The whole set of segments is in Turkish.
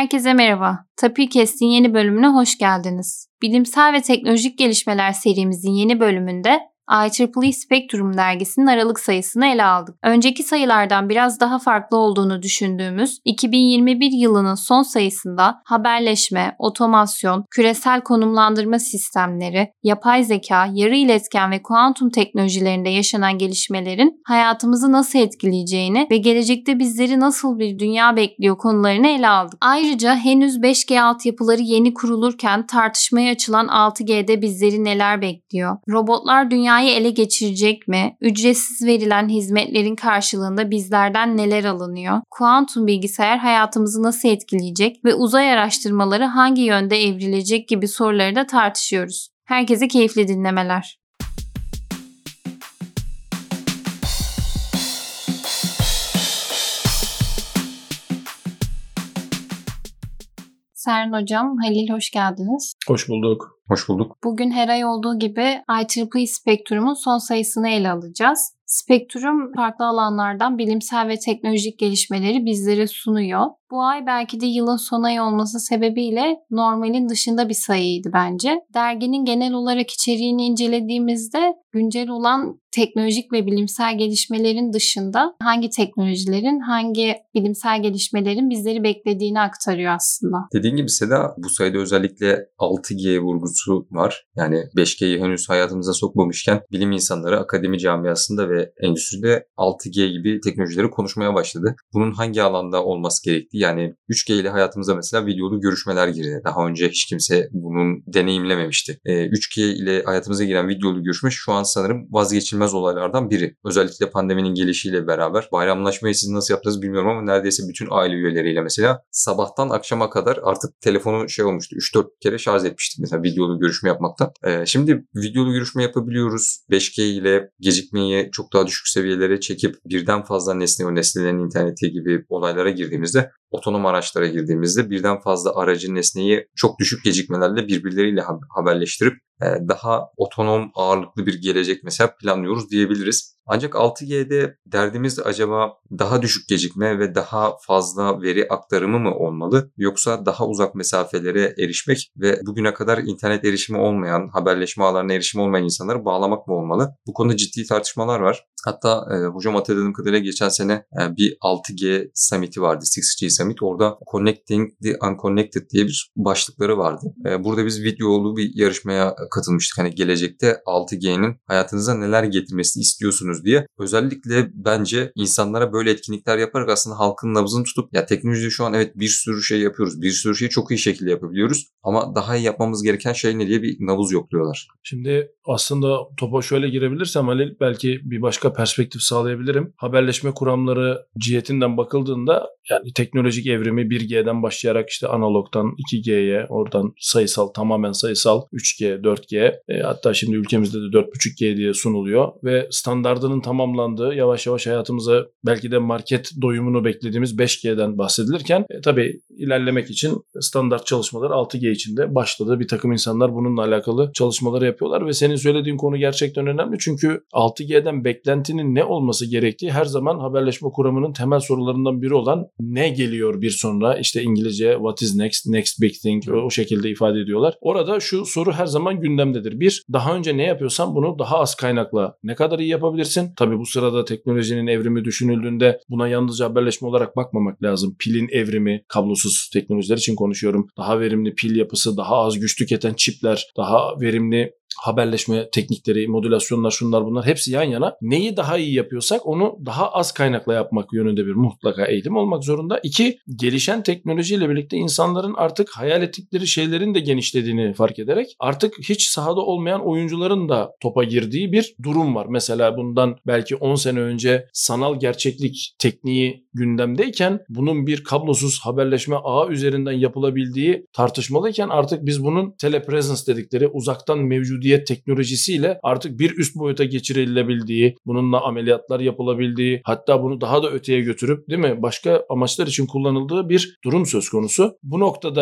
Herkese merhaba. Tapirkest'in yeni bölümüne hoş geldiniz. Bilimsel ve teknolojik gelişmeler serimizin yeni bölümünde IEEE Spectrum dergisinin Aralık sayısını ele aldık. Önceki sayılardan biraz daha farklı olduğunu düşündüğümüz 2021 yılının son sayısında haberleşme, otomasyon, küresel konumlandırma sistemleri, yapay zeka, yarı iletken ve kuantum teknolojilerinde yaşanan gelişmelerin hayatımızı nasıl etkileyeceğini ve gelecekte bizleri nasıl bir dünya bekliyor konularını ele aldık. Ayrıca henüz 5G altyapıları yeni kurulurken tartışmaya açılan 6G'de bizleri neler bekliyor? Robotlar dünyayı ele geçirecek mi? Ücretsiz verilen hizmetlerin karşılığında bizlerden neler alınıyor? Kuantum bilgisayar hayatımızı nasıl etkileyecek ve uzay araştırmaları hangi yönde evrilecek gibi soruları da tartışıyoruz. Herkese keyifli dinlemeler. Seren Hocam, Halil hoş geldiniz. Hoş bulduk. Hoş bulduk. Bugün her ay olduğu gibi IEEE Spectrum'un son sayısını ele alacağız. Spektrum farklı alanlardan bilimsel ve teknolojik gelişmeleri bizlere sunuyor. Bu ay belki de yılın son ayı olması sebebiyle normalin dışında bir sayıydı bence. Derginin genel olarak içeriğini incelediğimizde güncel olan teknolojik ve bilimsel gelişmelerin dışında hangi teknolojilerin, hangi bilimsel gelişmelerin bizleri beklediğini aktarıyor aslında. Dediğin gibi Seda, bu sayıda özellikle 6G vurgusu var. Yani 5G'yi henüz hayatımıza sokmamışken bilim insanları akademi camiasında ve endüstride 6G gibi teknolojileri konuşmaya başladı. Bunun hangi alanda olması gerektiği, yani 3G ile hayatımıza mesela videolu görüşmeler girdi. Daha önce hiç kimse bunun deneyimlememişti. 3G ile hayatımıza giren videolu görüşme şu an sanırım vazgeçilmez olaylardan biri. Özellikle pandeminin gelişiyle beraber bayramlaşmayı siz nasıl yaptınız bilmiyorum ama neredeyse bütün aile üyeleriyle mesela sabahtan akşama kadar artık telefonu olmuştu. 3-4 kere şarj etmiştik mesela videolu görüşme yapmaktan. Şimdi videolu görüşme yapabiliyoruz. 5G ile gecikmeyi çok daha düşük seviyelere çekip birden fazla nesne ve nesnelerin interneti gibi olaylara girdiğimizde, otonom araçlara girdiğimizde birden fazla aracı, nesneyi çok düşük gecikmelerle birbirleriyle haberleştirip daha otonom ağırlıklı bir gelecek mesela planlıyoruz diyebiliriz. Ancak 6G'de derdimiz acaba daha düşük gecikme ve daha fazla veri aktarımı mı olmalı, yoksa daha uzak mesafelere erişmek ve bugüne kadar internet erişimi olmayan, haberleşme ağlarına erişimi olmayan insanları bağlamak mı olmalı? Bu konuda ciddi tartışmalar var. Hatta hocam hatırladığım kadarıyla geçen sene bir 6G Summit'i vardı, 6G Summit. Orada Connecting the Unconnected diye bir başlıkları vardı. Burada biz videolu bir yarışmaya katılmıştık. Hani gelecekte 6G'nin hayatınıza neler getirmesini istiyorsunuz diye. Özellikle bence insanlara böyle etkinlikler yaparak aslında halkın nabzını tutup, ya teknolojide şu an evet bir sürü şey yapıyoruz. Bir sürü şeyi çok iyi şekilde yapabiliyoruz. Ama daha iyi yapmamız gereken şey ne diye bir nabız yokluyorlar. Şimdi aslında topa şöyle girebilirsem Halil, belki bir başka perspektif sağlayabilirim. Haberleşme kuramları cihetinden bakıldığında yani teknolojik evrimi 1G'den başlayarak işte analogdan 2G'ye, oradan sayısal, tamamen sayısal 3G, 4G, hatta şimdi ülkemizde de 4.5G diye sunuluyor ve standardının tamamlandığı, yavaş yavaş hayatımıza belki de market doyumunu beklediğimiz 5G'den bahsedilirken tabii ilerlemek için standart çalışmalar 6G içinde başladı. Bir takım insanlar bununla alakalı çalışmaları yapıyorlar ve senin söylediğin konu gerçekten önemli. Çünkü 6G'den beklentinin ne olması gerektiği her zaman haberleşme kuramının temel sorularından biri olan ne geliyor bir sonra, işte İngilizce what is next, next big thing, o şekilde ifade ediyorlar. Orada şu soru her zaman gündemdedir. Bir, daha önce ne yapıyorsan bunu daha az kaynakla ne kadar iyi yapabilirsin? Tabii bu sırada teknolojinin evrimi düşünüldüğünde buna yalnızca haberleşme olarak bakmamak lazım. Pilin evrimi, kablosuz teknolojiler için konuşuyorum. Daha verimli pil yapısı, daha az güç tüketen çipler, daha verimli haberleşme teknikleri, modülasyonlar, şunlar bunlar hepsi yan yana. Neyi daha iyi yapıyorsak onu daha az kaynakla yapmak yönünde bir mutlaka eğilim olmak zorunda. İki, gelişen teknolojiyle birlikte insanların artık hayal ettikleri şeylerin de genişlediğini fark ederek artık hiç sahada olmayan oyuncuların da topa girdiği bir durum var. Mesela bundan belki 10 sene önce sanal gerçeklik tekniği gündemdeyken bunun bir kablosuz haberleşme ağı üzerinden yapılabildiği tartışmalıyken artık biz bunun telepresence dedikleri uzaktan mevcudiyet teknolojisiyle artık bir üst boyuta geçirilebildiği, bununla ameliyatlar yapılabildiği, hatta bunu daha da öteye götürüp, değil mi, başka amaçlar için kullanıldığı bir durum söz konusu. Bu noktada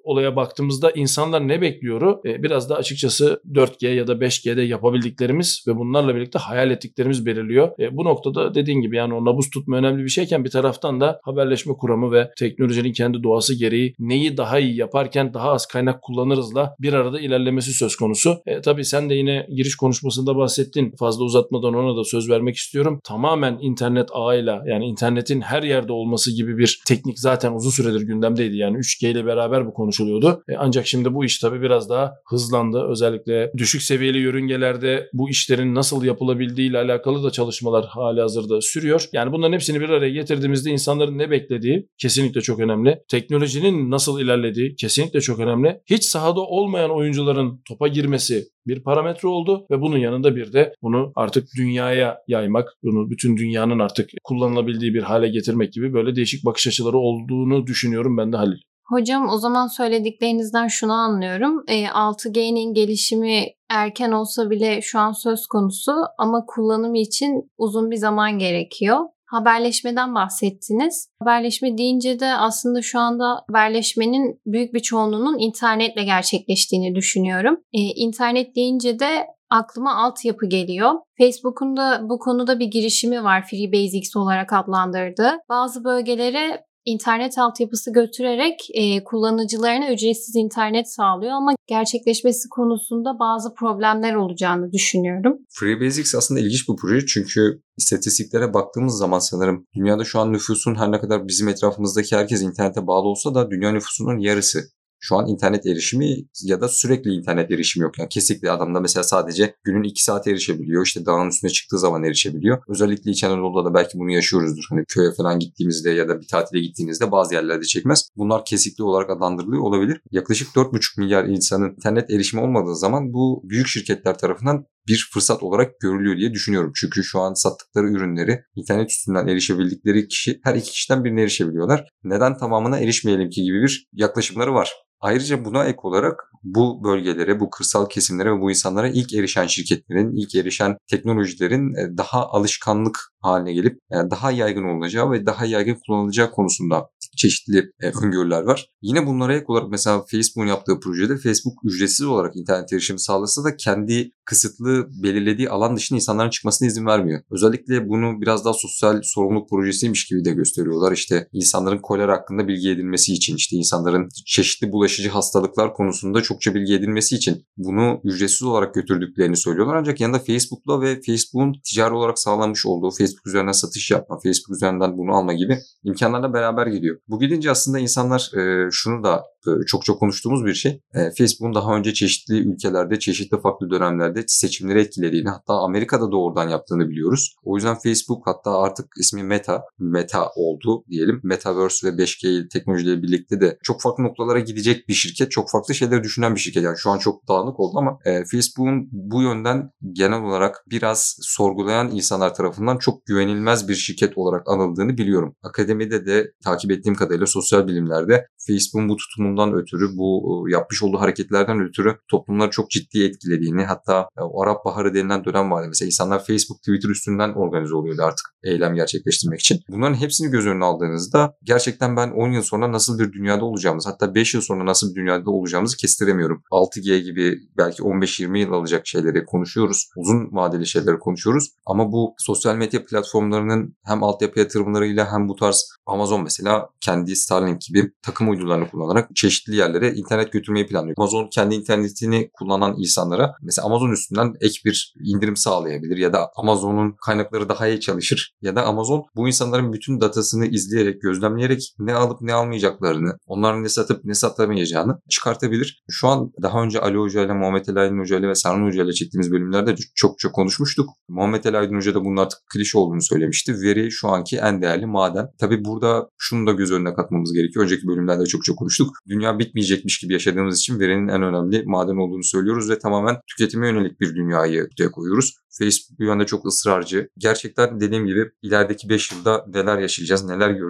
olaya baktığımızda insanlar ne bekliyor? Biraz da açıkçası 4G ya da 5G'de yapabildiklerimiz ve bunlarla birlikte hayal ettiklerimiz belirliyor. Bu noktada dediğin gibi yani o nabız tutma önemli bir şeyken bir taraftan da haberleşme kuramı ve teknolojinin kendi doğası gereği neyi daha iyi yaparken daha az kaynak kullanırızla bir arada ilerlemesi söz konusu. Tabii sen de yine giriş konuşmasında bahsettin. Fazla uzatmadan ona da söz vermek istiyorum. Tamamen internet ağıyla yani internetin her yerde olması gibi bir teknik zaten uzun süredir gündemdeydi. Yani 3G ile beraber bu konuşuluyordu. Ancak şimdi bu iş tabii biraz daha hızlandı. Özellikle düşük seviyeli yörüngelerde bu işlerin nasıl yapılabildiği ile alakalı da çalışmalar halihazırda sürüyor. Yani bunların hepsini bir araya getirdiğimizde insanların ne beklediği kesinlikle çok önemli. Teknolojinin nasıl ilerlediği kesinlikle çok önemli. Hiç sahada olmayan oyuncuların topa girmesi bir parametre oldu ve bunun yanında bir de bunu artık dünyaya yaymak, bunu bütün dünyanın artık kullanılabildiği bir hale getirmek gibi böyle değişik bakış açıları olduğunu düşünüyorum ben de Halil. Hocam o zaman söylediklerinizden şunu anlıyorum. 6G'nin gelişimi erken olsa bile şu an söz konusu ama kullanımı için uzun bir zaman gerekiyor. Haberleşmeden bahsettiniz. Haberleşme deyince de aslında şu anda haberleşmenin büyük bir çoğunluğunun internetle gerçekleştiğini düşünüyorum. İnternet deyince de aklıma altyapı geliyor. Facebook'un da bu konuda bir girişimi var, Free Basics olarak adlandırdığı. Bazı bölgelere İnternet altyapısı götürerek kullanıcılarına ücretsiz internet sağlıyor ama gerçekleşmesi konusunda bazı problemler olacağını düşünüyorum. Free Basics aslında ilginç bir proje çünkü istatistiklere baktığımız zaman sanırım dünyada şu an nüfusun her ne kadar bizim etrafımızdaki herkes internete bağlı olsa da dünya nüfusunun yarısı şu an internet erişimi ya da sürekli internet erişimi yok. Yani kesinlikle adamda mesela sadece günün 2 saate erişebiliyor. İşte dağın üstüne çıktığı zaman erişebiliyor. Özellikle İç Anadolu'da da belki bunu yaşıyoruzdur. Hani köye falan gittiğimizde ya da bir tatile gittiğinizde bazı yerlerde çekmez. Bunlar kesikli olarak adlandırılıyor olabilir. Yaklaşık 4,5 milyar insanın internet erişimi olmadığı zaman bu büyük şirketler tarafından bir fırsat olarak görülüyor diye düşünüyorum. Çünkü şu an sattıkları ürünleri internet üstünden erişebildikleri kişi her iki kişiden birine erişebiliyorlar. Neden tamamına erişmeyelim ki gibi bir yaklaşımları var. Ayrıca buna ek olarak bu bölgelere, bu kırsal kesimlere ve bu insanlara ilk erişen şirketlerin, ilk erişen teknolojilerin daha alışkanlık haline gelip daha yaygın olacağı ve daha yaygın kullanılacağı konusunda çeşitli öngörüler var. Yine bunlara ek olarak mesela Facebook'un yaptığı projede Facebook ücretsiz olarak internet erişimi sağlasa da kendi kısıtlı belirlediği alan dışında insanların çıkmasına izin vermiyor. Özellikle bunu biraz daha sosyal sorumluluk projesiymiş gibi de gösteriyorlar. İşte insanların kolera hakkında bilgi edinmesi için, işte insanların çeşitli bulaşıcı hastalıklar konusunda çokça bilgi edinmesi için bunu ücretsiz olarak götürdüklerini söylüyorlar. Ancak yanında Facebook'la ve Facebook'un ticari olarak sağlamış olduğu Facebook üzerinden satış yapma, Facebook üzerinden bunu alma gibi imkanlarla beraber gidiyor. Bu gidince aslında insanlar şunu da çok konuştuğumuz bir şey. Facebook'un daha önce çeşitli ülkelerde, çeşitli farklı dönemlerde seçimleri etkilediğini, hatta Amerika'da doğrudan yaptığını biliyoruz. O yüzden Facebook hatta artık ismi Meta oldu diyelim. Metaverse ve 5G teknolojileri birlikte de çok farklı noktalara gidecek bir şirket, çok farklı şeyleri düşünen bir şirket. Yani şu an çok dağınık oldu ama Facebook'un bu yönden genel olarak biraz sorgulayan insanlar tarafından çok güvenilmez bir şirket olarak anıldığını biliyorum. Akademide de takip ettiğim kadarıyla sosyal bilimlerde Facebook'un bu tutumundan ötürü, bu yapmış olduğu hareketlerden ötürü toplumları çok ciddi etkilediğini, hatta o Arap Baharı denilen dönem vardı. Mesela insanlar Facebook, Twitter üstünden organize oluyordu artık eylem gerçekleştirmek için. Bunların hepsini göz önüne aldığınızda gerçekten ben 10 yıl sonra nasıl bir dünyada olacağımız, hatta 5 yıl sonra nasıl bir dünyada olacağımızı kestiremiyorum. 6G gibi belki 15-20 yıl alacak şeyleri konuşuyoruz. Uzun vadeli şeyleri konuşuyoruz. Ama bu sosyal medya platformlarının hem altyapı yatırımlarıyla hem bu tarz Amazon mesela kendi Starlink gibi takım uydularını kullanarak çeşitli yerlere internet götürmeyi planlıyor. Amazon kendi internetini kullanan insanlara mesela Amazon üstünden ek bir indirim sağlayabilir ya da Amazon'un kaynakları daha iyi çalışır ya da Amazon bu insanların bütün datasını izleyerek, gözlemleyerek ne alıp ne almayacaklarını, onların ne satıp ne satamayacağını çıkartabilir. Şu an daha önce Ali Hoca ile, Muhammed Ali Aydın Hoca ile ve Sarın Hoca ile çektiğimiz bölümlerde çok konuşmuştuk. Muhammed Ali Aydın Hoca da bunun artık klişe olduğunu söylemişti. Veri şu anki en değerli maden. Tabii burada şunu da göz önüne katmamız gerekiyor. Önceki bölümlerde çok konuştuk. Dünya bitmeyecekmiş gibi yaşadığımız için verinin en önemli maden olduğunu söylüyoruz ve tamamen tüketime yönelik bir dünyayı ortaya koyuyoruz. Facebook bu yönde çok ısrarcı. Gerçekten dediğim gibi ilerideki 5 yılda neler yaşayacağız, neler göreceğiz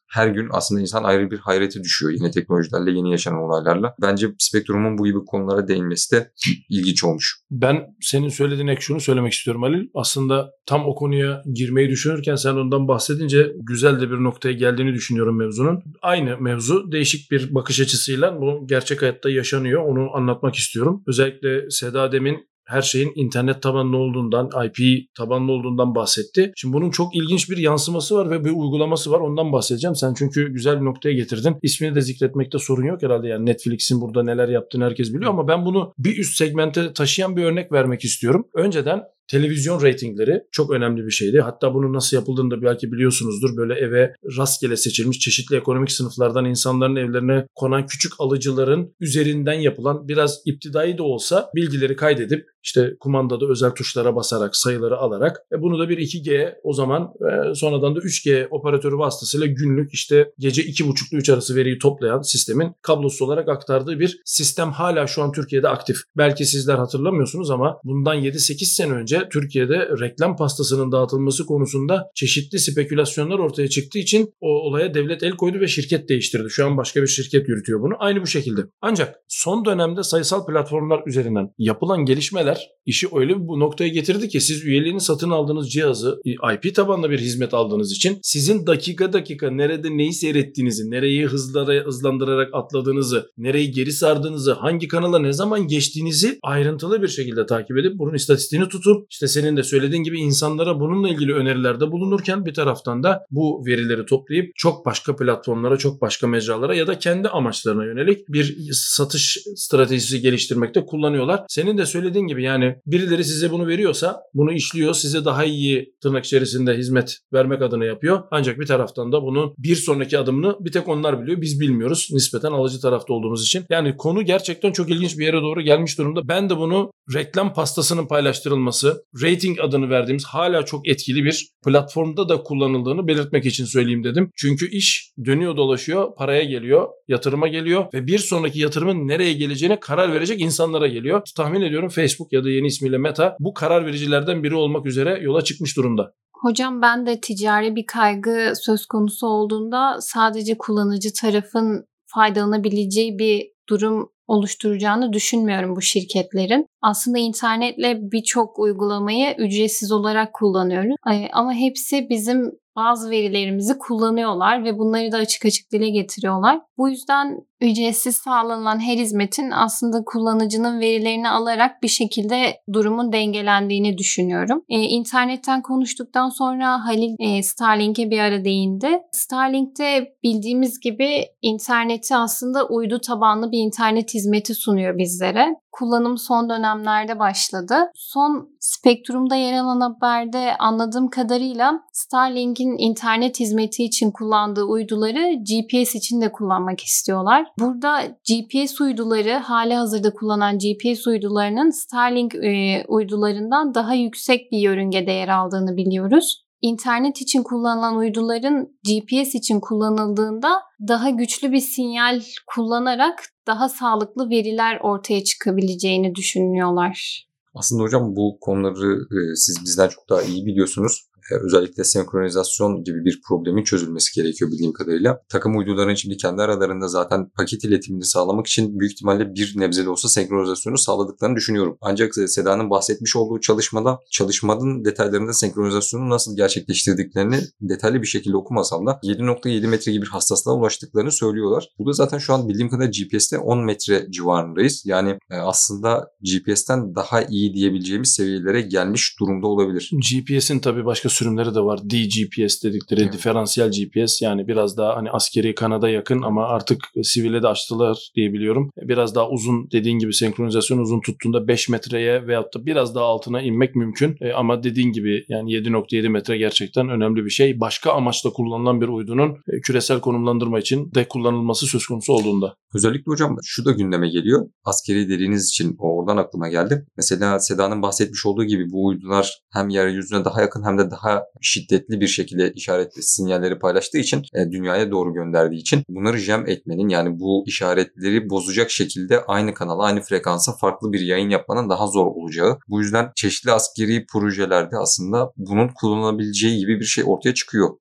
her gün aslında insan ayrı bir hayrete düşüyor yeni teknolojilerle, yeni yaşanan olaylarla. Bence Spektrum'un bu gibi konulara değinmesi de ilginç olmuş. Ben senin söylediğin ek şunu söylemek istiyorum Halil. Aslında tam o konuya girmeyi düşünürken sen ondan bahsedince güzel de bir noktaya geldiğini düşünüyorum mevzunun. Aynı mevzu değişik bir bakış açısıyla bu gerçek hayatta yaşanıyor. Onu anlatmak istiyorum. Özellikle Seda demin her şeyin internet tabanlı olduğundan, IP tabanlı olduğundan bahsetti. Şimdi bunun çok ilginç bir yansıması var ve bir uygulaması var. Ondan bahsedeceğim. Sen çünkü güzel bir noktaya getirdin. İsmini de zikretmekte sorun yok herhalde. Yani Netflix'in burada neler yaptığını herkes biliyor ama ben bunu bir üst segmente taşıyan bir örnek vermek istiyorum. Önceden televizyon reytingleri çok önemli bir şeydi. Hatta bunun nasıl yapıldığını da belki biliyorsunuzdur. Böyle eve rastgele seçilmiş çeşitli ekonomik sınıflardan insanların evlerine konan küçük alıcıların üzerinden yapılan biraz iptidai de olsa bilgileri kaydedip işte kumandada özel tuşlara basarak sayıları alarak bunu da bir 2G o zaman sonradan da 3G operatörü vasıtasıyla günlük işte gece 2.30 ile 3 arası veriyi toplayan sistemin kablosuz olarak aktardığı bir sistem hala şu an Türkiye'de aktif. Belki sizler hatırlamıyorsunuz ama bundan 7-8 sene önce Türkiye'de reklam pastasının dağıtılması konusunda çeşitli spekülasyonlar ortaya çıktığı için o olaya devlet el koydu ve şirket değiştirdi. Şu an başka bir şirket yürütüyor bunu. Aynı bu şekilde. Ancak son dönemde sayısal platformlar üzerinden yapılan gelişmeler işi öyle bir bu noktaya getirdi ki siz üyeliğini satın aldığınız cihazı IP tabanlı bir hizmet aldığınız için sizin dakika nerede neyi seyrettiğinizi, nereyi hızlandırarak atladığınızı, nereyi geri sardığınızı, hangi kanala ne zaman geçtiğinizi ayrıntılı bir şekilde takip edip bunun istatistiğini tutup işte senin de söylediğin gibi insanlara bununla ilgili önerilerde bulunurken bir taraftan da bu verileri toplayıp çok başka platformlara, çok başka mecralara ya da kendi amaçlarına yönelik bir satış stratejisi geliştirmekte kullanıyorlar. Senin de söylediğin gibi yani birileri size bunu veriyorsa bunu işliyor, size daha iyi tırnak içerisinde hizmet vermek adına yapıyor. Ancak bir taraftan da bunun bir sonraki adımını bir tek onlar biliyor. Biz bilmiyoruz nispeten alıcı tarafta olduğumuz için. Yani konu gerçekten çok ilginç bir yere doğru gelmiş durumda. Ben de bunu reklam pastasının paylaştırılması, rating adını verdiğimiz hala çok etkili bir platformda da kullanıldığını belirtmek için söyleyeyim dedim. Çünkü iş dönüyor dolaşıyor, paraya geliyor, yatırıma geliyor ve bir sonraki yatırımın nereye geleceğine karar verecek insanlara geliyor. Tahmin ediyorum Facebook ya da yeni ismiyle Meta bu karar vericilerden biri olmak üzere yola çıkmış durumda. Hocam ben de ticari bir kaygı söz konusu olduğunda sadece kullanıcı tarafın faydalanabileceği bir durum oluşturacağını düşünmüyorum bu şirketlerin. Aslında internetle birçok uygulamayı ücretsiz olarak kullanıyoruz. Ama hepsi bizim bazı verilerimizi kullanıyorlar ve bunları da açık dile getiriyorlar. Bu yüzden ücretsiz sağlanılan her hizmetin aslında kullanıcının verilerini alarak bir şekilde durumun dengelendiğini düşünüyorum. İnternetten konuştuktan sonra Halil Starlink'e bir ara değindi. Starlink'te bildiğimiz gibi interneti aslında uydu tabanlı bir internet hizmeti sunuyor bizlere. Kullanım son dönemlerde başladı. Son Spektrum'da yer alan haberde anladığım kadarıyla Starlink'in internet hizmeti için kullandığı uyduları GPS için de kullanmak istiyorlar. Burada GPS uyduları, halihazırda kullanan GPS uydularının Starlink uydularından daha yüksek bir yörüngede yer aldığını biliyoruz. İnternet için kullanılan uyduların GPS için kullanıldığında daha güçlü bir sinyal kullanarak daha sağlıklı veriler ortaya çıkabileceğini düşünüyorlar. Aslında hocam bu konuları siz bizden çok daha iyi biliyorsunuz. Özellikle senkronizasyon gibi bir problemin çözülmesi gerekiyor bildiğim kadarıyla. Takım uyduların şimdi kendi aralarında zaten paket iletimini sağlamak için büyük ihtimalle bir nebze de olsa senkronizasyonu sağladıklarını düşünüyorum. Ancak Seda'nın bahsetmiş olduğu çalışmanın detaylarında senkronizasyonu nasıl gerçekleştirdiklerini detaylı bir şekilde okumasam da 7.7 metre gibi bir hassaslığa ulaştıklarını söylüyorlar. Bu da zaten şu an bildiğim kadarıyla GPS'te 10 metre civarındayız. Yani aslında GPS'ten daha iyi diyebileceğimiz seviyelere gelmiş durumda olabilir. GPS'in tabii başka sürümleri de var. DGPS dedikleri evet. Diferansiyel GPS yani biraz daha hani askeri kanada yakın ama artık sivile de açtılar diye biliyorum. Biraz daha uzun dediğin gibi senkronizasyon uzun tuttuğunda 5 metreye veyahut da biraz daha altına inmek mümkün. Ama dediğin gibi yani 7.7 metre gerçekten önemli bir şey. Başka amaçla kullanılan bir uydunun küresel konumlandırma için de kullanılması söz konusu olduğunda. Özellikle hocam şu da gündeme geliyor. Askeri dediğiniz için oradan aklıma geldi. Mesela Seda'nın bahsetmiş olduğu gibi bu uydular hem yeryüzüne daha yakın hem de daha şiddetli bir şekilde işaretli sinyalleri paylaştığı için dünyaya doğru gönderdiği için bunları jam etmenin yani bu işaretleri bozacak şekilde aynı kanala aynı frekansa farklı bir yayın yapmanın daha zor olacağı. Bu yüzden çeşitli askeri projelerde aslında bunun kullanılabileceği gibi bir şey ortaya çıkıyor.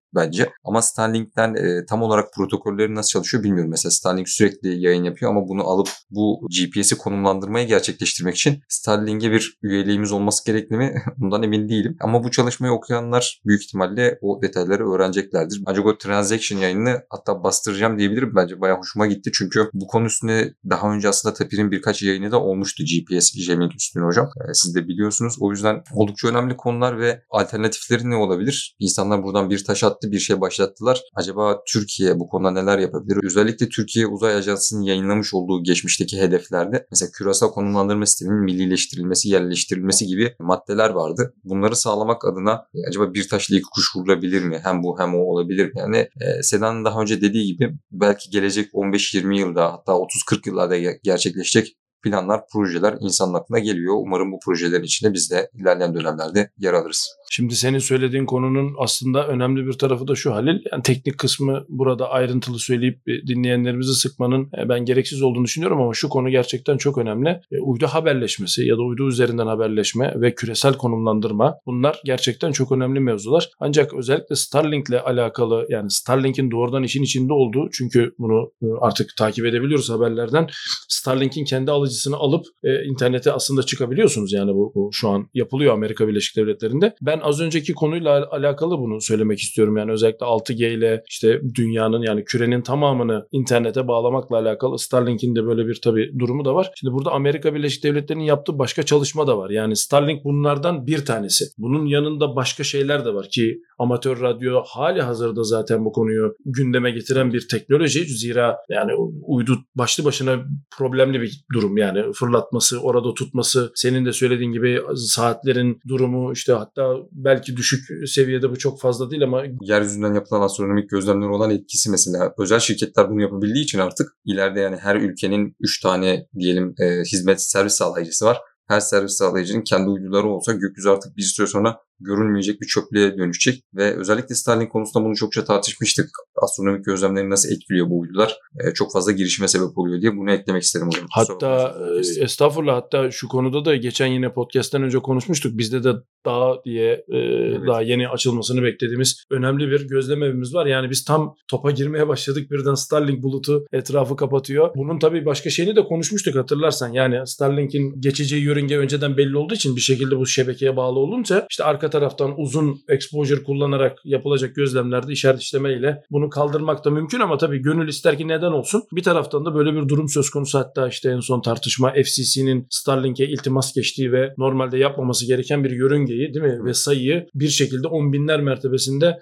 bence. Ama Starlink'ten tam olarak protokolleri nasıl çalışıyor bilmiyorum. Mesela Starlink sürekli yayın yapıyor ama bunu alıp bu GPS'i konumlandırmayı gerçekleştirmek için Starlink'e bir üyeliğimiz olması gerekli mi? Bundan emin değilim. Ama bu çalışmayı okuyanlar büyük ihtimalle o detayları öğreneceklerdir. Ancak o transaction yayını hatta bastıracağım diyebilirim. Bence bayağı hoşuma gitti. Çünkü bu konu üstüne daha önce aslında Tapir'in birkaç yayını da olmuştu GPS jamming üstüne hocam. Siz de biliyorsunuz. O yüzden oldukça önemli konular ve alternatifleri ne olabilir? İnsanlar buradan bir taş attı, bir şey başlattılar. Acaba Türkiye bu konuda neler yapabilir? Özellikle Türkiye Uzay Ajansı'nın yayınlamış olduğu geçmişteki hedeflerde mesela küresel konumlandırma sisteminin millileştirilmesi, yerleştirilmesi gibi maddeler vardı. Bunları sağlamak adına acaba bir taşla iki kuş vurulabilir mi? Hem bu hem o olabilir mi? Yani Sedan'ın daha önce dediği gibi belki gelecek 15-20 yılda hatta 30-40 yıllarda gerçekleşecek planlar, projeler insanın aklına geliyor. Umarım bu projelerin içinde biz de ilerleyen dönemlerde yer alırız. Şimdi senin söylediğin konunun aslında önemli bir tarafı da şu Halil. Yani teknik kısmı burada ayrıntılı söyleyip dinleyenlerimizi sıkmanın ben gereksiz olduğunu düşünüyorum ama şu konu gerçekten çok önemli. Uydu haberleşmesi ya da uydu üzerinden haberleşme ve küresel konumlandırma, bunlar gerçekten çok önemli mevzular. Ancak özellikle Starlink'le alakalı, yani Starlink'in doğrudan işin içinde olduğu, çünkü bunu artık takip edebiliyoruz haberlerden. Starlink'in kendi alıcısını alıp internete aslında çıkabiliyorsunuz. Yani bu şu an yapılıyor Amerika Birleşik Devletleri'nde. Ben az önceki konuyla alakalı bunu söylemek istiyorum. Yani özellikle 6G ile işte dünyanın, yani kürenin tamamını internete bağlamakla alakalı Starlink'in de böyle bir tabii durumu da var. Şimdi burada Amerika Birleşik Devletleri'nin yaptığı başka çalışma da var. Yani Starlink bunlardan bir tanesi. Bunun yanında başka şeyler de var ki amatör radyo hali hazırda zaten bu konuyu gündeme getiren bir teknoloji. Zira yani uydu başlı başına problemli bir durum. Yani fırlatması, orada tutması, senin de söylediğin gibi saatlerin durumu, işte hatta belki düşük seviyede, bu çok fazla değil ama yeryüzünden yapılan astronomik gözlemler olan etkisi mesela. Özel şirketler bunu yapabildiği için artık ileride yani her ülkenin 3 tane diyelim hizmet servis sağlayıcısı var. Her servis sağlayıcının kendi uyduları olsa gökyüzü artık bir süre sonra görülmeyecek bir çöplüğe dönüşecek ve özellikle Starlink konusunda bunu çokça tartışmıştık. Astronomik gözlemleri nasıl etkiliyor bu uydular? Çok fazla girişime sebep oluyor diye bunu eklemek isterim hocam. Hatta estağfurullah, hatta şu konuda da geçen yine podcast'ten önce konuşmuştuk. Bizde de Dağ diye evet, daha yeni açılmasını beklediğimiz önemli bir gözlem evimiz var. Yani biz tam topa girmeye başladık, birden Starlink bulutu etrafı kapatıyor. Bunun tabii başka şeyini de konuşmuştuk hatırlarsan. Yani Starlink'in geçeceği yörünge önceden belli olduğu için bir şekilde bu şebekeye bağlı olunca işte arka taraftan uzun exposure kullanarak yapılacak gözlemlerde işaret işlemeyle bunu kaldırmak da mümkün ama tabii gönül ister ki neden olsun. Bir taraftan da böyle bir durum söz konusu. Hatta işte en son tartışma FCC'nin Starlink'e iltimas geçtiği ve normalde yapmaması gereken bir yörüngeyi, değil mi? Ve sayıyı bir şekilde 10 binler mertebesinde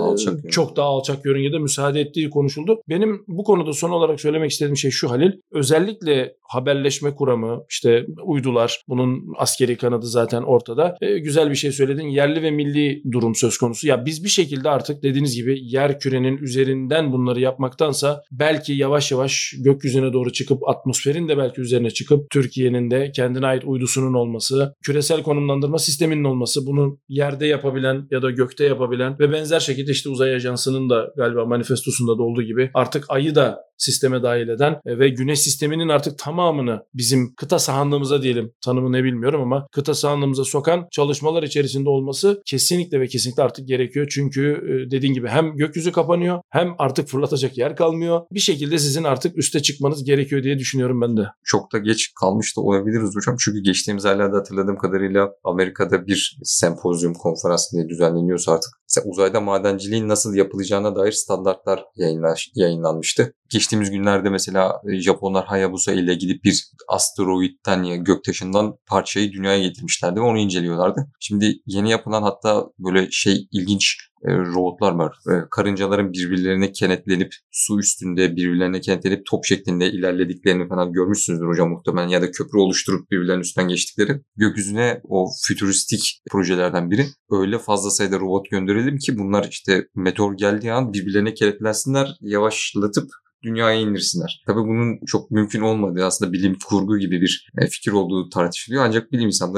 çok daha alçak yörüngede müsaade ettiği konuşuldu. Benim bu konuda son olarak söylemek istediğim şey şu Halil. Özellikle haberleşme kuramı, işte uydular, bunun askeri kanadı zaten ortada. Güzel bir şey söyledin. Yerli ve milli durum söz konusu. Ya biz bir şekilde artık dediğiniz gibi yer kürenin üzerinden bunları yapmaktansa belki yavaş yavaş gökyüzüne doğru çıkıp atmosferin de belki üzerine çıkıp Türkiye'nin de kendine ait uydusunun olması, küresel konumlandırma sisteminin olması, bunu yerde yapabilen ya da gökte yapabilen ve benzer şekilde işte Uzay Ajansı'nın da galiba manifestosunda da olduğu gibi artık ayı da sisteme dahil eden ve güneş sisteminin artık tamamını bizim kıta sahanlığımıza diyelim, tanımı ne bilmiyorum ama kıta sahanlığımıza sokan çalışmalar içerisinde olması kesinlikle ve kesinlikle artık gerekiyor. Çünkü dediğin gibi hem gökyüzü kapanıyor hem artık fırlatacak yer kalmıyor. Bir şekilde sizin artık üste çıkmanız gerekiyor diye düşünüyorum ben de. Çok da geç kalmış da olabiliriz hocam. Çünkü geçtiğimiz aylarda hatırladığım kadarıyla Amerika'da bir sempozyum, konferans diye düzenleniyorsa artık. Mesela uzayda madenciliğin nasıl yapılacağına dair standartlar yayınlanmıştı. Geçtiğimiz günlerde mesela Japonlar Hayabusa ile gidip bir asteroidten ya göktaşından parçayı dünyaya getirmişlerdi ve onu inceliyorlardı. Şimdi yeni yapılan hatta böyle ilginç robotlar var. Karıncaların birbirlerine kenetlenip su üstünde birbirlerine kenetlenip top şeklinde ilerlediklerini falan görmüşsünüzdür hocam muhtemelen, ya da köprü oluşturup birbirlerinin üstünden geçtikleri. Gökyüzüne o fütüristik projelerden biri. Öyle fazla sayıda robot gönderelim ki bunlar işte meteor geldiği an birbirlerine kenetlensinler, yavaşlatıp dünyaya indirsinler. Tabii bunun çok mümkün olmadığı, aslında bilim kurgu gibi bir fikir olduğu tartışılıyor. Ancak bilim insanları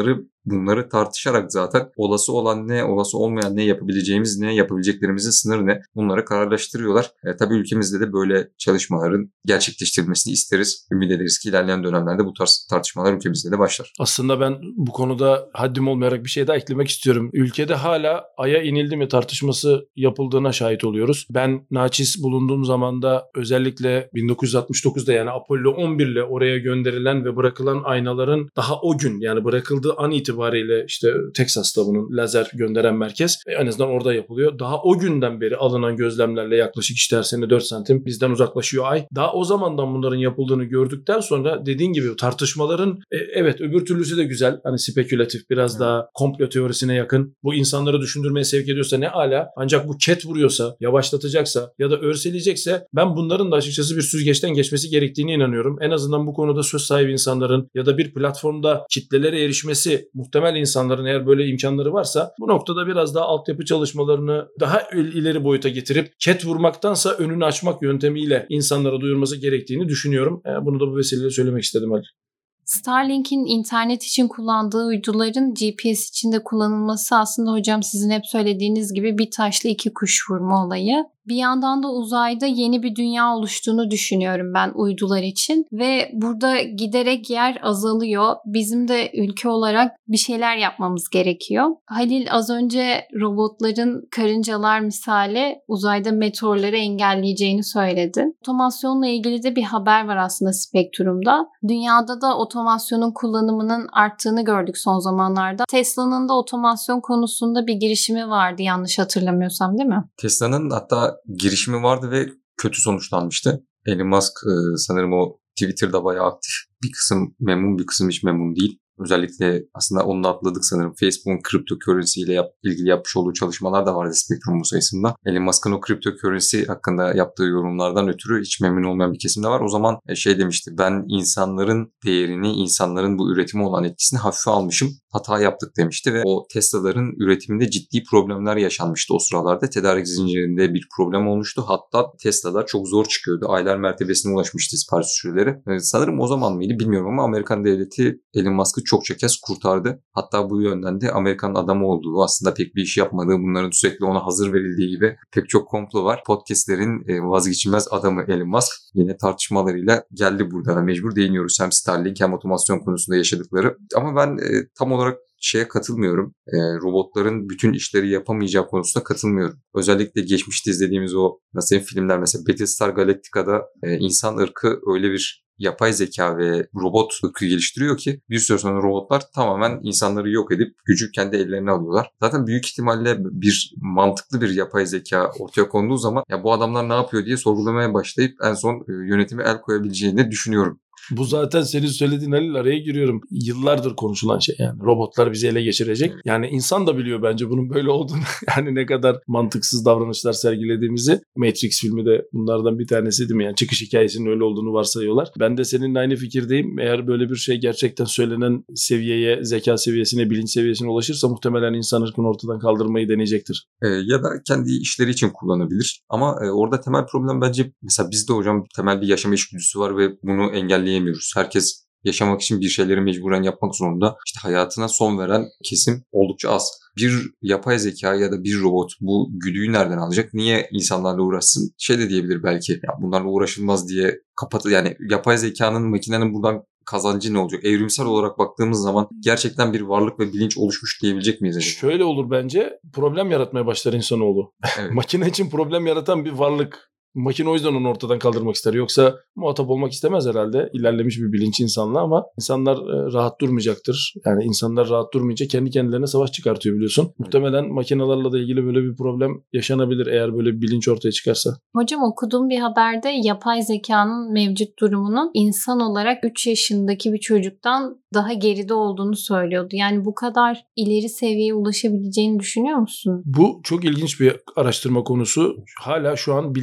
bunları tartışarak zaten olası olan ne, olası olmayan ne, yapabileceğimiz ne, yapabileceklerimizin sınırı ne, bunları kararlaştırıyorlar. Tabii ülkemizde de böyle çalışmaların gerçekleştirilmesini isteriz. Ümit ederiz ki ilerleyen dönemlerde bu tarz tartışmalar ülkemizde de başlar. Aslında ben bu konuda haddim olmayarak bir şey daha eklemek istiyorum. Ülkede hala Ay'a inildi mi tartışması yapıldığına şahit oluyoruz. Ben naçiz bulunduğum zamanda özellikle 1969'da yani Apollo 11 ile oraya gönderilen ve bırakılan aynaların daha o gün yani bırakıldığı an itibariyle işte Teksas'ta bunun lazer gönderen merkez en azından orada yapılıyor. Daha o günden beri alınan gözlemlerle yaklaşık işte her sene 4 santim bizden uzaklaşıyor Ay. Daha o zamandan bunların yapıldığını gördükten sonra dediğin gibi tartışmaların evet öbür türlüsü de güzel. Hani spekülatif biraz daha komplo teorisine yakın. Bu insanları düşündürmeye sevk ediyorsa ne ala. Ancak bu ket vuruyorsa, yavaşlatacaksa ya da örseleyecekse ben bunların da açıkçası bir süzgeçten geçmesi gerektiğine inanıyorum. En azından bu konuda söz sahibi insanların ya da bir platformda kitlelere erişmesi muhtemel insanların eğer böyle imkanları varsa bu noktada biraz daha altyapı çalışmalarını daha ileri boyuta getirip ket vurmaktansa önünü açmak yöntemiyle insanlara duyurması gerektiğini düşünüyorum. Bunu da bu vesileyle söylemek istedim Ali. Starlink'in internet için kullandığı uyduların GPS için de kullanılması aslında hocam sizin hep söylediğiniz gibi bir taşla iki kuş vurma olayı. Bir yandan da uzayda yeni bir dünya oluştuğunu düşünüyorum ben uydular için ve burada giderek yer azalıyor. Bizim de ülke olarak bir şeyler yapmamız gerekiyor. Halil az önce robotların karıncalar misali uzayda meteorları engelleyeceğini söyledi. Otomasyonla ilgili de bir haber var aslında Spektrum'da. Dünyada da otomasyonun kullanımının arttığını gördük son zamanlarda. Tesla'nın da otomasyon konusunda bir girişimi vardı yanlış hatırlamıyorsam değil mi? Tesla'nın hatta girişimi vardı ve kötü sonuçlanmıştı. Elon Musk sanırım o Twitter'da bayağı aktif. Bir kısım memnun, bir kısım hiç memnun değil. Özellikle aslında onu atladık sanırım. Facebook'un cryptocurrency ile ilgili yapmış olduğu çalışmalar da vardı Spectrum sayısında. Elon Musk'ın o cryptocurrency hakkında yaptığı yorumlardan ötürü hiç memnun olmayan bir kesim de var. O zaman şey demişti, ben insanların değerini, insanların bu üretime olan etkisini hafife almışım. Hata yaptık demişti ve o Tesla'ların üretiminde ciddi problemler yaşanmıştı o sıralarda. Tedarik zincirinde bir problem olmuştu. Hatta Tesla'lar çok zor çıkıyordu. Aylar mertebesine ulaşmıştı sipariş süreleri. Sanırım o zaman mıydı bilmiyorum ama Amerikan devleti Elon Musk'ı çokça kez kurtardı. Hatta bu yönden de Amerikan adamı olduğu, aslında pek bir iş yapmadığı, bunların sürekli ona hazır verildiği gibi pek çok komplo var. Podcast'lerin vazgeçilmez adamı Elon Musk yine tartışmalarıyla geldi burada. Mecbur değiniyoruz hem Starlink hem otomasyon konusunda yaşadıkları. Ama ben tam olarak şeye katılmıyorum. Robotların bütün işleri yapamayacağı konusunda katılmıyorum. Özellikle geçmişte izlediğimiz o nasıl filmler mesela Battlestar Galactica'da insan ırkı öyle bir yapay zeka ve robot ırkı geliştiriyor ki bir süre sonra robotlar tamamen insanları yok edip gücü kendi ellerine alıyorlar. Zaten büyük ihtimalle bir mantıklı bir yapay zeka ortaya konduğu zaman ya bu adamlar ne yapıyor diye sorgulamaya başlayıp en son yönetime el koyabileceğini düşünüyorum. Bu zaten senin söylediğin Halil, araya giriyorum. Yıllardır konuşulan şey yani. Robotlar bizi ele geçirecek. Yani insan da biliyor bence bunun böyle olduğunu. Yani ne kadar mantıksız davranışlar sergilediğimizi. Matrix filmi de bunlardan bir tanesi değil mi? Yani çıkış hikayesinin öyle olduğunu varsayıyorlar. Ben de seninle aynı fikirdeyim. Eğer böyle bir şey gerçekten söylenen seviyeye, zeka seviyesine, bilinç seviyesine ulaşırsa muhtemelen insan ırkını ortadan kaldırmayı deneyecektir. Ya da kendi işleri için kullanabilir. Ama orada temel problem bence mesela bizde hocam temel bir yaşama içgüdüsü var ve bunu engelleyemiyoruz. Herkes yaşamak için bir şeyleri mecburen yapmak zorunda. İşte hayatına son veren kesim oldukça az. Bir yapay zeka ya da bir robot bu güdüyü nereden alacak? Niye insanlarla uğraşsın? Şey de diyebilir belki. Ya bunlarla uğraşılmaz diye yani yapay zekanın, makinenin buradan kazancı ne olacak? Evrimsel olarak baktığımız zaman gerçekten bir varlık ve bilinç oluşmuş diyebilecek miyiz acaba? Şöyle olur bence. Problem yaratmaya başlar insanoğlu. Evet. Makine için problem yaratan bir varlık. Makine o yüzden onu ortadan kaldırmak ister. Yoksa muhatap olmak istemez herhalde. İlerlemiş bir bilinç insanla ama insanlar rahat durmayacaktır. Yani insanlar rahat durmayınca kendi kendilerine savaş çıkartıyor biliyorsun. Muhtemelen makinelerle de ilgili böyle bir problem yaşanabilir eğer böyle bir bilinç ortaya çıkarsa. Hocam okuduğum bir haberde yapay zekanın mevcut durumunun insan olarak 3 yaşındaki bir çocuktan daha geride olduğunu söylüyordu. Yani bu kadar ileri seviyeye ulaşabileceğini düşünüyor musun? Bu çok ilginç bir araştırma konusu. Hala şu an bilincin ne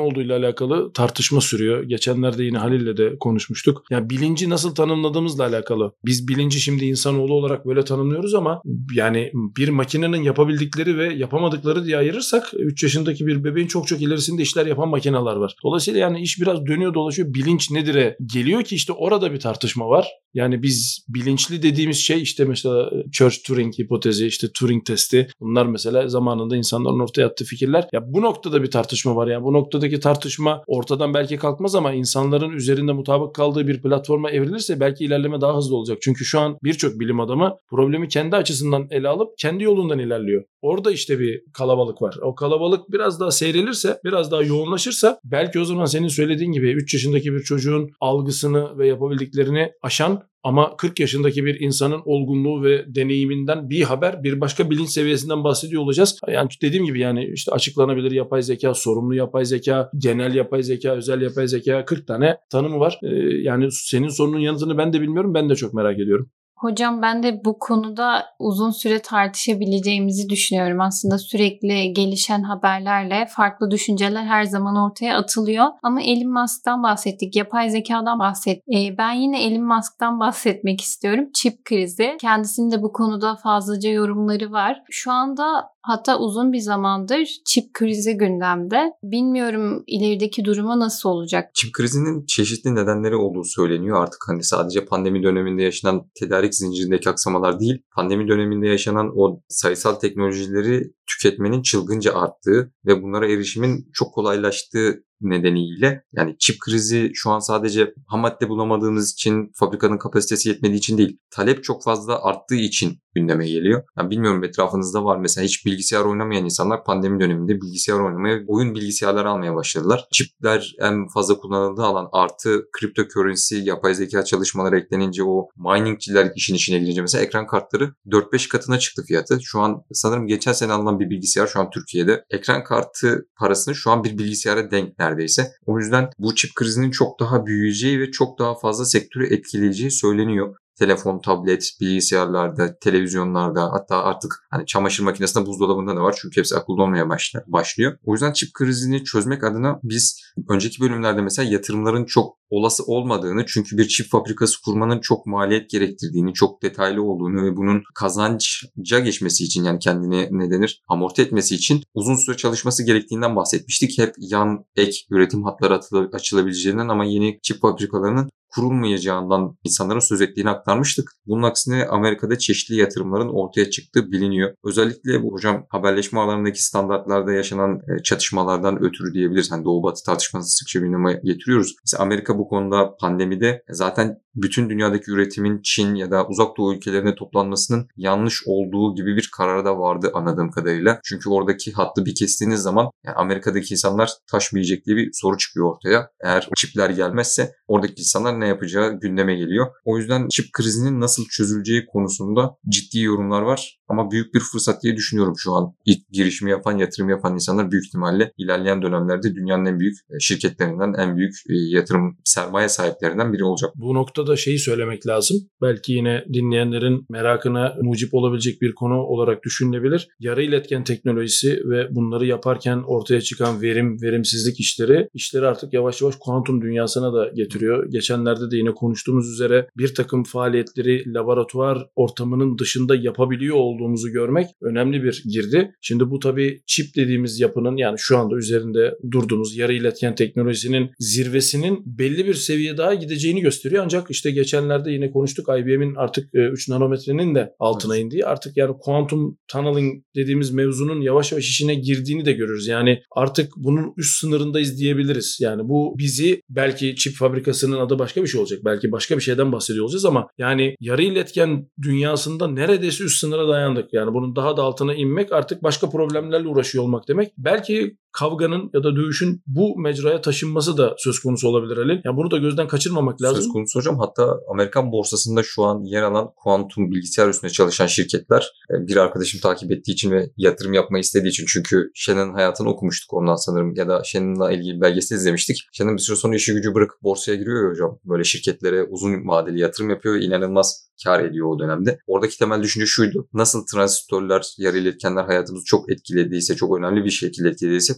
ne olduğuyla alakalı tartışma sürüyor. Geçenlerde yine Halil'le de konuşmuştuk. Yani bilinci nasıl tanımladığımızla alakalı. Biz bilinci şimdi insanoğlu olarak böyle tanımlıyoruz ama yani bir makinenin yapabildikleri ve yapamadıkları diye ayırırsak 3 yaşındaki bir bebeğin çok çok ilerisinde işler yapan makineler var. Dolayısıyla yani iş biraz dönüyor dolaşıyor. Bilinç nedir'e geliyor ki işte orada bir tartışma var. Yani biz bilinçli dediğimiz şey işte mesela Church-Turing hipotezi, işte Turing testi. Bunlar mesela zamanında insanların ortaya attığı fikirler. Ya bu noktada bir tartışma var. Yani bu noktadaki tartışma ortadan belki kalkmaz ama insanların üzerinde mutabık kaldığı bir platforma evrilirse belki ilerleme daha hızlı olacak. Çünkü şu an birçok bilim adamı problemi kendi açısından ele alıp kendi yolundan ilerliyor. Orada işte bir kalabalık var. O kalabalık biraz daha seyrelirse, biraz daha yoğunlaşırsa belki o zaman senin söylediğin gibi 3 yaşındaki bir çocuğun algısını ve yapabildiklerini aşan ama 40 yaşındaki bir insanın olgunluğu ve deneyiminden bir haber, bir başka bilinç seviyesinden bahsediyor olacağız. Yani dediğim gibi yani işte açıklanabilir yapay zeka, sorumlu yapay zeka, genel yapay zeka, özel yapay zeka 40 tane tanımı var. Yani senin sorunun yanıtını ben de bilmiyorum. Ben de çok merak ediyorum. Hocam ben de bu konuda uzun süre tartışabileceğimizi düşünüyorum. Aslında sürekli gelişen haberlerle farklı düşünceler her zaman ortaya atılıyor. Ama Elon Musk'tan bahsettik, yapay zekadan bahsettik. Ben yine Elon Musk'tan bahsetmek istiyorum. Çip krizi. Kendisinin de bu konuda fazlaca yorumları var. Şu anda hatta uzun bir zamandır çip krizi gündemde. Bilmiyorum ilerideki durumu nasıl olacak? Çip krizinin çeşitli nedenleri olduğu söyleniyor. Artık hani sadece pandemi döneminde yaşanan tedarik zincirindeki aksamalar değil, pandemi döneminde yaşanan o sayısal teknolojileri tüketmenin çılgınca arttığı ve bunlara erişimin çok kolaylaştığı nedeniyle yani çip krizi şu an sadece ham madde bulamadığımız için, fabrikanın kapasitesi yetmediği için değil, talep çok fazla arttığı için gündeme geliyor. Yani bilmiyorum etrafınızda var mesela hiç bilgisayar oynamayan insanlar pandemi döneminde bilgisayar oynamaya, oyun bilgisayarları almaya başladılar. Çipler en fazla kullanıldığı alan artı cryptocurrency, yapay zeka çalışmaları eklenince o miningciler işin içine girince mesela ekran kartları 4-5 katına çıktı fiyatı. Şu an sanırım geçen sene alınan bir bilgisayar şu an Türkiye'de ekran kartı parasını şu an bir bilgisayara denk neredeyse. O yüzden bu çip krizinin çok daha büyüyeceği ve çok daha fazla sektörü etkileyeceği söyleniyor. Telefon, tablet, bilgisayarlarda, televizyonlarda hatta artık hani çamaşır makinesinde, buzdolabında da var. Çünkü hepsi akıllı olmaya başlıyor. O yüzden çip krizini çözmek adına biz önceki bölümlerde mesela yatırımların çok olası olmadığını, çünkü bir çip fabrikası kurmanın çok maliyet gerektirdiğini, çok detaylı olduğunu ve bunun kazanca geçmesi için yani kendini amorti etmesi için uzun süre çalışması gerektiğinden bahsetmiştik. Hep yan ek üretim hatları açılabileceğinden ama yeni çip fabrikalarının kurulmayacağından insanların söz ettiğini aktarmıştık. Bunun aksine Amerika'da çeşitli yatırımların ortaya çıktığı biliniyor. Özellikle bu hocam haberleşme alanındaki standartlarda yaşanan çatışmalardan ötürü diyebiliriz. Hani Doğu Batı tartışmasını sıkça gündeme getiriyoruz. Mesela Amerika bu konuda pandemide zaten bütün dünyadaki üretimin Çin ya da Uzak Doğu ülkelerine toplanmasının yanlış olduğu gibi bir karara da vardı anladığım kadarıyla. Çünkü oradaki hattı bir kestiğiniz zaman yani Amerika'daki insanlar taşmayacak diye bir soru çıkıyor ortaya. Eğer çipler gelmezse oradaki insanlar ne yapacağı gündeme geliyor. O yüzden çip krizinin nasıl çözüleceği konusunda ciddi yorumlar var. Ama büyük bir fırsat diye düşünüyorum şu an. İlk girişimi yapan, yatırım yapan insanlar büyük ihtimalle ilerleyen dönemlerde dünyanın en büyük şirketlerinden, en büyük yatırım sermaye sahiplerinden biri olacak. Bu noktada şeyi söylemek lazım. Belki yine dinleyenlerin merakına mucip olabilecek bir konu olarak düşünülebilir. Yarı iletken teknolojisi ve bunları yaparken ortaya çıkan verimsizlik işleri artık yavaş yavaş kuantum dünyasına da getiriyor. Geçenlerde de yine konuştuğumuz üzere bir takım faaliyetleri laboratuvar ortamının dışında yapabiliyor olduğumuzu görmek önemli bir girdi. Şimdi bu tabii çip dediğimiz yapının yani şu anda üzerinde durduğumuz yarı iletken teknolojisinin zirvesinin belli bir seviye daha gideceğini gösteriyor. Ancak işte geçenlerde yine konuştuk IBM'in artık 3 nanometrenin de altına indiği artık yani quantum tunneling dediğimiz mevzunun yavaş yavaş işine girdiğini de görürüz. Yani artık bunun üst sınırındayız diyebiliriz. Yani bu bizi belki çip fabrikasının adı başka bir şey olacak. Belki başka bir şeyden bahsediyor olacağız ama yani yarı iletken dünyasında neredeyse üst sınıra dayandık. Yani bunun daha da altına inmek artık başka problemlerle uğraşıyor olmak demek. Belki kavganın ya da dövüşün bu mecraya taşınması da söz konusu olabilir Halil. Yani bunu da gözden kaçırmamak lazım. Söz konusu hocam. Hatta Amerikan borsasında şu an yer alan kuantum bilgisayar üstüne çalışan şirketler bir arkadaşım takip ettiği için ve yatırım yapmayı istediği için, çünkü Shannon'ın hayatını okumuştuk ondan sanırım ya da Shannon'la ilgili bir belgesel izlemiştik. Shannon bir süre sonra işi gücü bırakıp borsaya giriyor ya hocam. Böyle şirketlere uzun vadeli yatırım yapıyor. İnanılmaz kar ediyor o dönemde. Oradaki temel düşünce şuydu. Nasıl transistörler, yarı iletkenler hayatımızı çok etkilediyse, çok önemli bir şekilde etkilediyse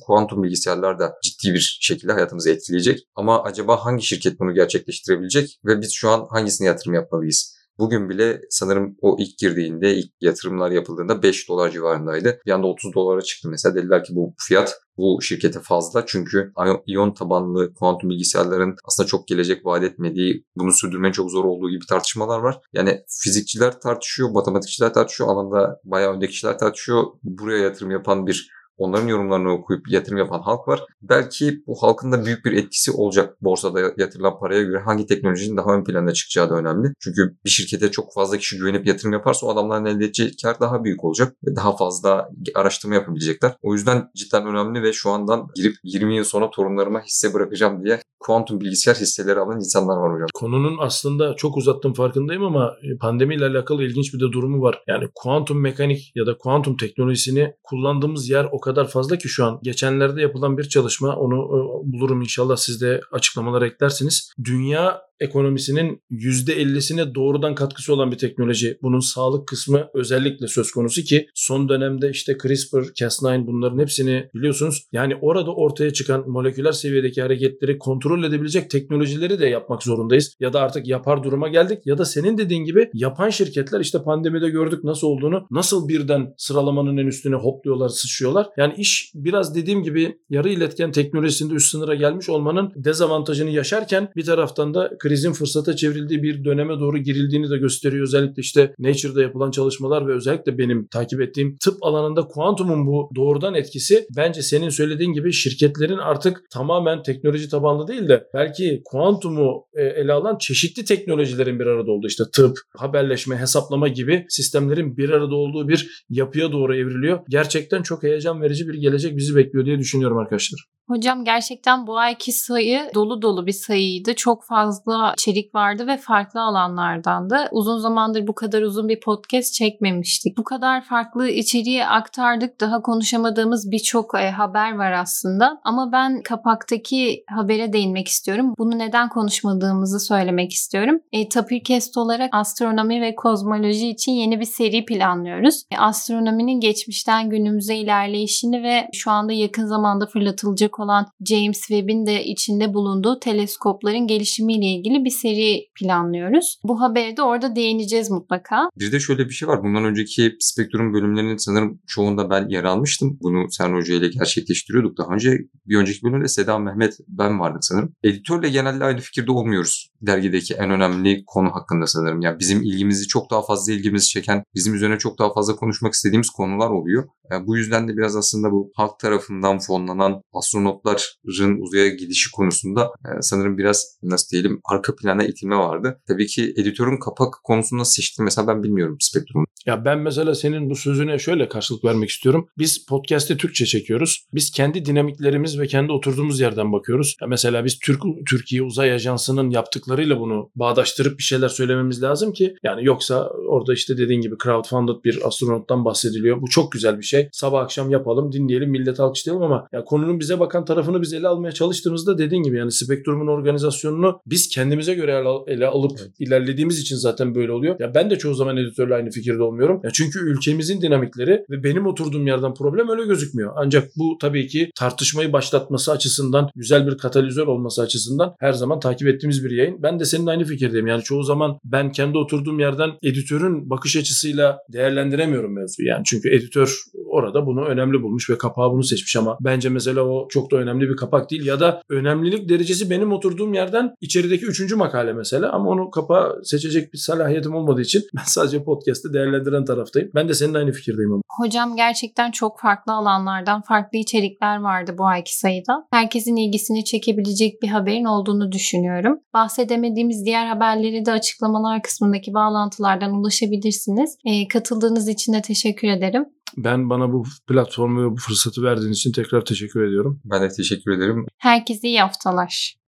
kuantum bilgisayarlar da ciddi bir şekilde hayatımızı etkileyecek. Ama acaba hangi şirket bunu gerçekleştirebilecek ve biz şu an hangisine yatırım yapmalıyız? Bugün bile sanırım o ilk girdiğinde, ilk yatırımlar yapıldığında $5 civarındaydı. Bir anda $30 çıktı mesela. Dediler ki bu fiyat bu şirkete fazla. Çünkü iyon tabanlı kuantum bilgisayarların aslında çok gelecek vaat etmediği, bunu sürdürmenin çok zor olduğu gibi tartışmalar var. Yani fizikçiler tartışıyor, matematikçiler tartışıyor, alanda bayağı öndeki kişiler tartışıyor. Buraya yatırım yapan onların yorumlarını okuyup yatırım yapan halk var. Belki bu halkın da büyük bir etkisi olacak borsada yatırılan paraya göre hangi teknolojinin daha ön planda çıkacağı da önemli. Çünkü bir şirkete çok fazla kişi güvenip yatırım yaparsa o adamların elde edeceği kar daha büyük olacak ve daha fazla araştırma yapabilecekler. O yüzden cidden önemli ve şu andan girip 20 yıl sonra torunlarıma hisse bırakacağım diye kuantum bilgisayar hisseleri alan insanlar var hocam. Konunun aslında çok uzattım farkındayım ama pandemiyle alakalı ilginç bir de durumu var. Yani kuantum mekanik ya da kuantum teknolojisini kullandığımız yer o kadar fazla ki şu an. Geçenlerde yapılan bir çalışma, onu bulurum inşallah, siz de açıklamalara eklersiniz. Dünya ekonomisinin %50'sine doğrudan katkısı olan bir teknoloji. Bunun sağlık kısmı özellikle söz konusu ki son dönemde işte CRISPR, Cas9 bunların hepsini biliyorsunuz. Yani orada ortaya çıkan moleküler seviyedeki hareketleri kontrol edebilecek teknolojileri de yapmak zorundayız. Ya da artık yapar duruma geldik ya da senin dediğin gibi yapan şirketler, işte pandemide gördük nasıl olduğunu, nasıl birden sıralamanın en üstüne hopluyorlar, sıçrıyorlar. Yani iş biraz dediğim gibi yarı iletken teknolojisinde üst sınıra gelmiş olmanın dezavantajını yaşarken bir taraftan da krizin fırsata çevrildiği bir döneme doğru girildiğini de gösteriyor. Özellikle işte Nature'da yapılan çalışmalar ve özellikle benim takip ettiğim tıp alanında kuantumun bu doğrudan etkisi, bence senin söylediğin gibi şirketlerin artık tamamen teknoloji tabanlı değil de belki kuantumu ele alan çeşitli teknolojilerin bir arada olduğu, işte tıp, haberleşme, hesaplama gibi sistemlerin bir arada olduğu bir yapıya doğru evriliyor. Gerçekten çok heyecan verici bir gelecek bizi bekliyor diye düşünüyorum arkadaşlar. Hocam gerçekten bu ayki sayı dolu dolu bir sayıydı. Çok fazla içerik vardı ve farklı alanlardandı. Uzun zamandır bu kadar uzun bir podcast çekmemiştik. Bu kadar farklı içeriği aktardık. Daha konuşamadığımız birçok haber var aslında. Ama ben kapaktaki habere değinmek istiyorum. Bunu neden konuşmadığımızı söylemek istiyorum. Tapircast olarak astronomi ve kozmoloji için yeni bir seri planlıyoruz. Astronominin geçmişten günümüze ilerleyişini ve şu anda yakın zamanda fırlatılacak olan James Webb'in de içinde bulunduğu teleskopların gelişimiyle ilgili bir seri planlıyoruz. Bu habere de orada değineceğiz mutlaka. Bir de şöyle bir şey var. Bundan önceki Spektrum bölümlerinin sanırım çoğunda ben yer almıştım. Bunu Serhan Hoca ile gerçekleştiriyorduk. Daha önce bir önceki bölümde Seda, Mehmet, ben vardık sanırım. Editörle genelde aynı fikirde olmuyoruz. Dergideki en önemli konu hakkında sanırım. Yani bizim ilgimizi çok daha fazla çeken, bizim üzerine çok daha fazla konuşmak istediğimiz konular oluyor. Bu yüzden de biraz aslında bu halk tarafından fonlanan astronotların uzaya gidişi konusunda sanırım biraz nasıl diyelim arka plana itilme vardı. Tabii ki editörün kapak konusunu nasıl seçtiğini mesela ben bilmiyorum Spektrum'u. Ya ben mesela senin bu sözüne şöyle karşılık vermek istiyorum. Biz podcast'i Türkçe çekiyoruz. Biz kendi dinamiklerimiz ve kendi oturduğumuz yerden bakıyoruz. Ya mesela biz Türkiye Uzay Ajansı'nın yaptıklarıyla bunu bağdaştırıp bir şeyler söylememiz lazım ki yani yoksa orada işte dediğin gibi crowdfunded bir astronottan bahsediliyor. Bu çok güzel bir şey. Sabah akşam yapalım, dinleyelim, millete alkışlayalım ama ya konunun bize bakan tarafını biz ele almaya çalıştığımızda dediğin gibi yani Spektrum'un organizasyonunu biz kendimize göre ele alıp ilerlediğimiz için zaten böyle oluyor. Ya ben de çoğu zaman editörle aynı fikirde olmuyorum. Ya çünkü ülkemizin dinamikleri ve benim oturduğum yerden problem öyle gözükmüyor. Ancak bu tabii ki tartışmayı başlatması açısından, güzel bir katalizör olması açısından her zaman takip ettiğimiz bir yayın. Ben de seninle aynı fikirdeyim. Yani çoğu zaman ben kendi oturduğum yerden editörün bakış açısıyla değerlendiremiyorum mevzuyu. Yani çünkü editör orada bunu önemli bulmuş ve kapağı bunu seçmiş ama bence mesela o çok da önemli bir kapak değil ya da önemlilik derecesi benim oturduğum yerden içerideki 3. makale mesela ama onu kapağı seçecek bir salahiyetim olmadığı için ben sadece podcast'ı değerlendiren taraftayım. Ben de seninle aynı fikirdeyim ama. Hocam gerçekten çok farklı alanlardan farklı içerikler vardı bu ayki sayıda. Herkesin ilgisini çekebilecek bir haberin olduğunu düşünüyorum. Bahsedemediğimiz diğer haberleri de açıklamalar kısmındaki bağlantılardan ulaşabilirsiniz. Katıldığınız için de teşekkür ederim. Ben bana bu platformu ve bu fırsatı verdiğiniz için tekrar teşekkür ediyorum. Ben de teşekkür ederim. Herkese iyi haftalar.